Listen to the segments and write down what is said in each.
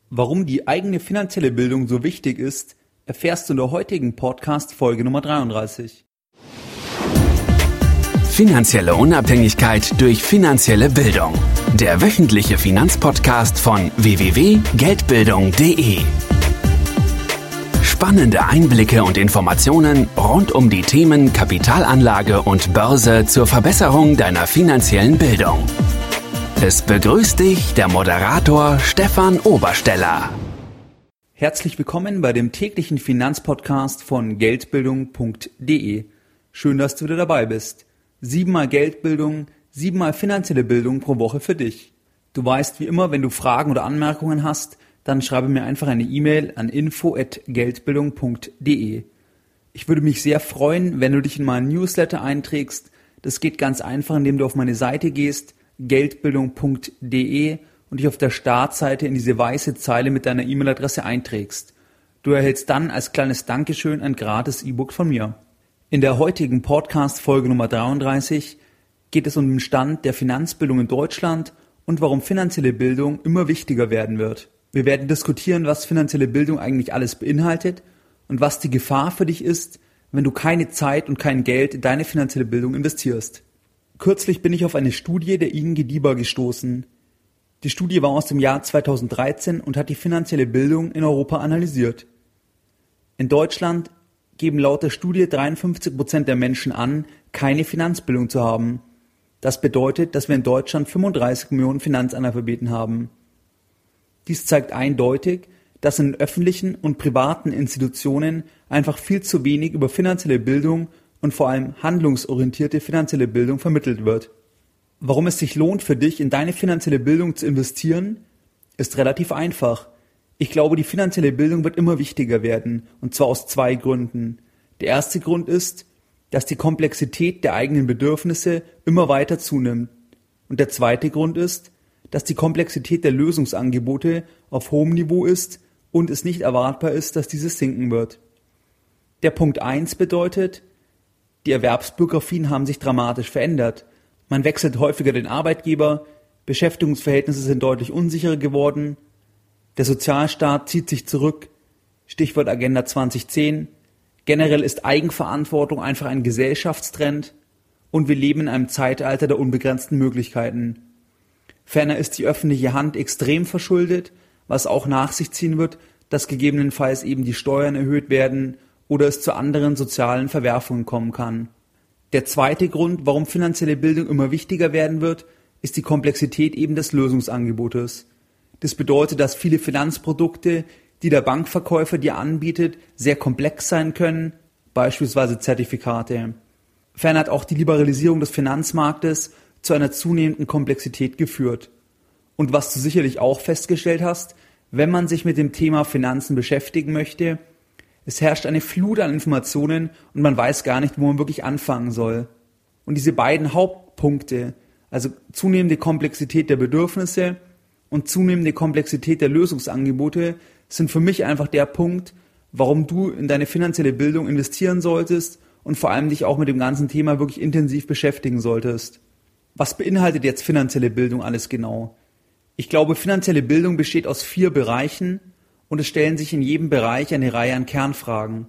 Warum die eigene finanzielle Bildung so wichtig ist, erfährst du in der heutigen Podcast Folge Nummer 33. Finanzielle Unabhängigkeit durch finanzielle Bildung. Der wöchentliche Finanzpodcast von www.geldbildung.de. Spannende Einblicke und Informationen rund um die Themen Kapitalanlage und Börse zur Verbesserung deiner finanziellen Bildung. Es begrüßt dich der Moderator Stefan Obersteller. Herzlich willkommen bei dem täglichen Finanzpodcast von Geldbildung.de. Schön, dass du wieder dabei bist. 7-mal Geldbildung, 7-mal finanzielle Bildung pro Woche für dich. Du weißt wie immer, wenn du Fragen oder Anmerkungen hast, dann schreibe mir einfach eine E-Mail an info@geldbildung.de. Ich würde mich sehr freuen, wenn du dich in meinen Newsletter einträgst. Das geht ganz einfach, indem du auf meine Seite gehst, geldbildung.de, und dich auf der Startseite in diese weiße Zeile mit deiner E-Mail-Adresse einträgst. Du erhältst dann als kleines Dankeschön ein gratis E-Book von mir. In der heutigen Podcast-Folge Nummer 33 geht es um den Stand der Finanzbildung in Deutschland und warum finanzielle Bildung immer wichtiger werden wird. Wir werden diskutieren, was finanzielle Bildung eigentlich alles beinhaltet und was die Gefahr für dich ist, wenn du keine Zeit und kein Geld in deine finanzielle Bildung investierst. Kürzlich bin ich auf eine Studie der ING DIBA gestoßen. Die Studie war aus dem Jahr 2013 und hat die finanzielle Bildung in Europa analysiert. In Deutschland geben laut der Studie 53% der Menschen an, keine Finanzbildung zu haben. Das bedeutet, dass wir in Deutschland 35 Millionen Finanzanalphabeten haben. Dies zeigt eindeutig, dass in öffentlichen und privaten Institutionen einfach viel zu wenig über finanzielle Bildung und vor allem handlungsorientierte finanzielle Bildung vermittelt wird. Warum es sich lohnt für dich, in deine finanzielle Bildung zu investieren, ist relativ einfach. Ich glaube, die finanzielle Bildung wird immer wichtiger werden, und zwar aus 2 Gründen. Der erste Grund ist, dass die Komplexität der eigenen Bedürfnisse immer weiter zunimmt. Und der zweite Grund ist, dass die Komplexität der Lösungsangebote auf hohem Niveau ist und es nicht erwartbar ist, dass dieses sinken wird. Der Punkt 1 bedeutet, die Erwerbsbiografien haben sich dramatisch verändert. Man wechselt häufiger den Arbeitgeber, Beschäftigungsverhältnisse sind deutlich unsicherer geworden, der Sozialstaat zieht sich zurück, Stichwort Agenda 2010, generell ist Eigenverantwortung einfach ein Gesellschaftstrend und wir leben in einem Zeitalter der unbegrenzten Möglichkeiten. Ferner ist die öffentliche Hand extrem verschuldet, was auch nach sich ziehen wird, dass gegebenenfalls eben die Steuern erhöht werden oder es zu anderen sozialen Verwerfungen kommen kann. Der zweite Grund, warum finanzielle Bildung immer wichtiger werden wird, ist die Komplexität eben des Lösungsangebotes. Das bedeutet, dass viele Finanzprodukte, die der Bankverkäufer dir anbietet, sehr komplex sein können, beispielsweise Zertifikate. Ferner hat auch die Liberalisierung des Finanzmarktes zu einer zunehmenden Komplexität geführt. Und was du sicherlich auch festgestellt hast, wenn man sich mit dem Thema Finanzen beschäftigen möchte, es herrscht eine Flut an Informationen und man weiß gar nicht, wo man wirklich anfangen soll. Und diese beiden Hauptpunkte, also zunehmende Komplexität der Bedürfnisse und zunehmende Komplexität der Lösungsangebote, sind für mich einfach der Punkt, warum du in deine finanzielle Bildung investieren solltest und vor allem dich auch mit dem ganzen Thema wirklich intensiv beschäftigen solltest. Was beinhaltet jetzt finanzielle Bildung alles genau? Ich glaube, finanzielle Bildung besteht aus 4 Bereichen und es stellen sich in jedem Bereich eine Reihe an Kernfragen.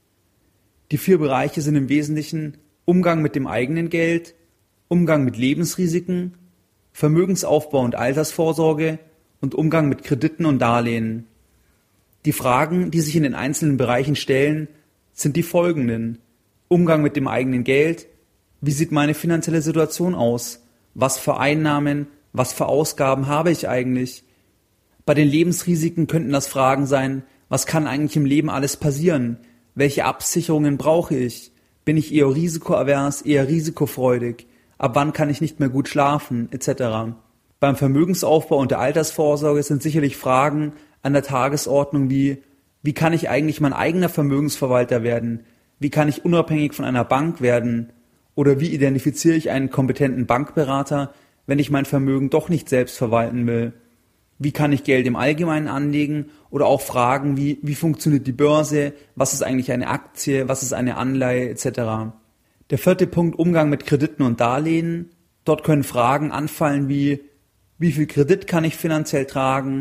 Die 4 Bereiche sind im Wesentlichen Umgang mit dem eigenen Geld, Umgang mit Lebensrisiken, Vermögensaufbau und Altersvorsorge und Umgang mit Krediten und Darlehen. Die Fragen, die sich in den einzelnen Bereichen stellen, sind die folgenden. Umgang mit dem eigenen Geld. Wie sieht meine finanzielle Situation aus? Was für Einnahmen, was für Ausgaben habe ich eigentlich? Bei den Lebensrisiken könnten das Fragen sein, was kann eigentlich im Leben alles passieren? Welche Absicherungen brauche ich? Bin ich eher risikoavers, eher risikofreudig? Ab wann kann ich nicht mehr gut schlafen? Etc. Beim Vermögensaufbau und der Altersvorsorge sind sicherlich Fragen an der Tagesordnung wie kann ich eigentlich mein eigener Vermögensverwalter werden? Wie kann ich unabhängig von einer Bank werden? Oder wie identifiziere ich einen kompetenten Bankberater, wenn ich mein Vermögen doch nicht selbst verwalten will? Wie kann ich Geld im Allgemeinen anlegen? Oder auch Fragen wie funktioniert die Börse? Was ist eigentlich eine Aktie? Was ist eine Anleihe? Etc. Der 4. Punkt, Umgang mit Krediten und Darlehen. Dort können Fragen anfallen wie viel Kredit kann ich finanziell tragen?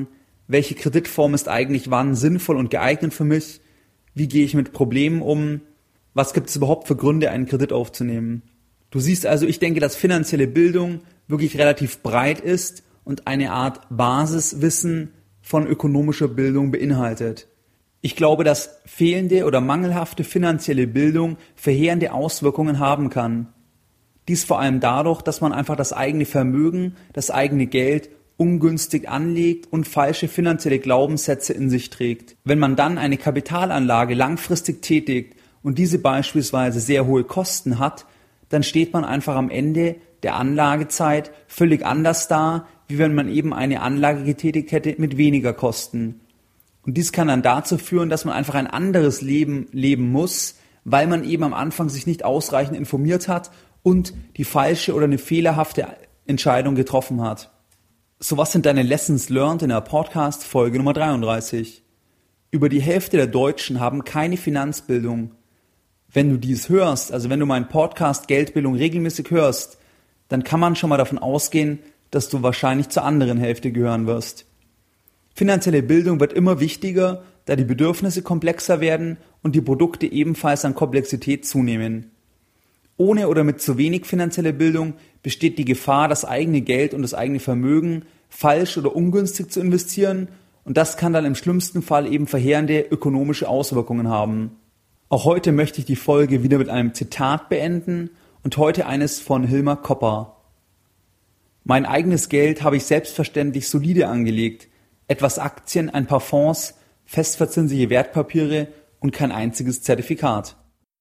welche Kreditform ist eigentlich wann sinnvoll und geeignet für mich, wie gehe ich mit Problemen um, was gibt es überhaupt für Gründe, einen Kredit aufzunehmen. Du siehst also, ich denke, dass finanzielle Bildung wirklich relativ breit ist und eine Art Basiswissen von ökonomischer Bildung beinhaltet. Ich glaube, dass fehlende oder mangelhafte finanzielle Bildung verheerende Auswirkungen haben kann. Dies vor allem dadurch, dass man einfach das eigene Vermögen, das eigene Geld ungünstig anlegt und falsche finanzielle Glaubenssätze in sich trägt. Wenn man dann eine Kapitalanlage langfristig tätigt und diese beispielsweise sehr hohe Kosten hat, dann steht man einfach am Ende der Anlagezeit völlig anders da, wie wenn man eben eine Anlage getätigt hätte mit weniger Kosten. Und dies kann dann dazu führen, dass man einfach ein anderes Leben leben muss, weil man eben am Anfang sich nicht ausreichend informiert hat und die falsche oder eine fehlerhafte Entscheidung getroffen hat. So, was sind deine Lessons learned in der Podcast-Folge Nummer 33? Über die Hälfte der Deutschen haben keine Finanzbildung. Wenn du dies hörst, also wenn du meinen Podcast Geldbildung regelmäßig hörst, dann kann man schon mal davon ausgehen, dass du wahrscheinlich zur anderen Hälfte gehören wirst. Finanzielle Bildung wird immer wichtiger, da die Bedürfnisse komplexer werden und die Produkte ebenfalls an Komplexität zunehmen. Ohne oder mit zu wenig finanzielle Bildung besteht die Gefahr, das eigene Geld und das eigene Vermögen falsch oder ungünstig zu investieren, und das kann dann im schlimmsten Fall eben verheerende ökonomische Auswirkungen haben. Auch heute möchte ich die Folge wieder mit einem Zitat beenden und heute eines von Hilmar Kopper. Mein eigenes Geld habe ich selbstverständlich solide angelegt, etwas Aktien, ein paar Fonds, festverzinsliche Wertpapiere und kein einziges Zertifikat.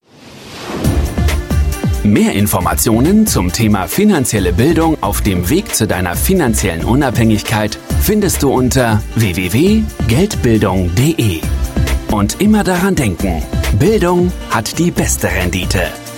Mehr Informationen zum Thema finanzielle Bildung auf dem Weg zu deiner finanziellen Unabhängigkeit findest du unter www.geldbildung.de. Und immer daran denken, Bildung hat die beste Rendite.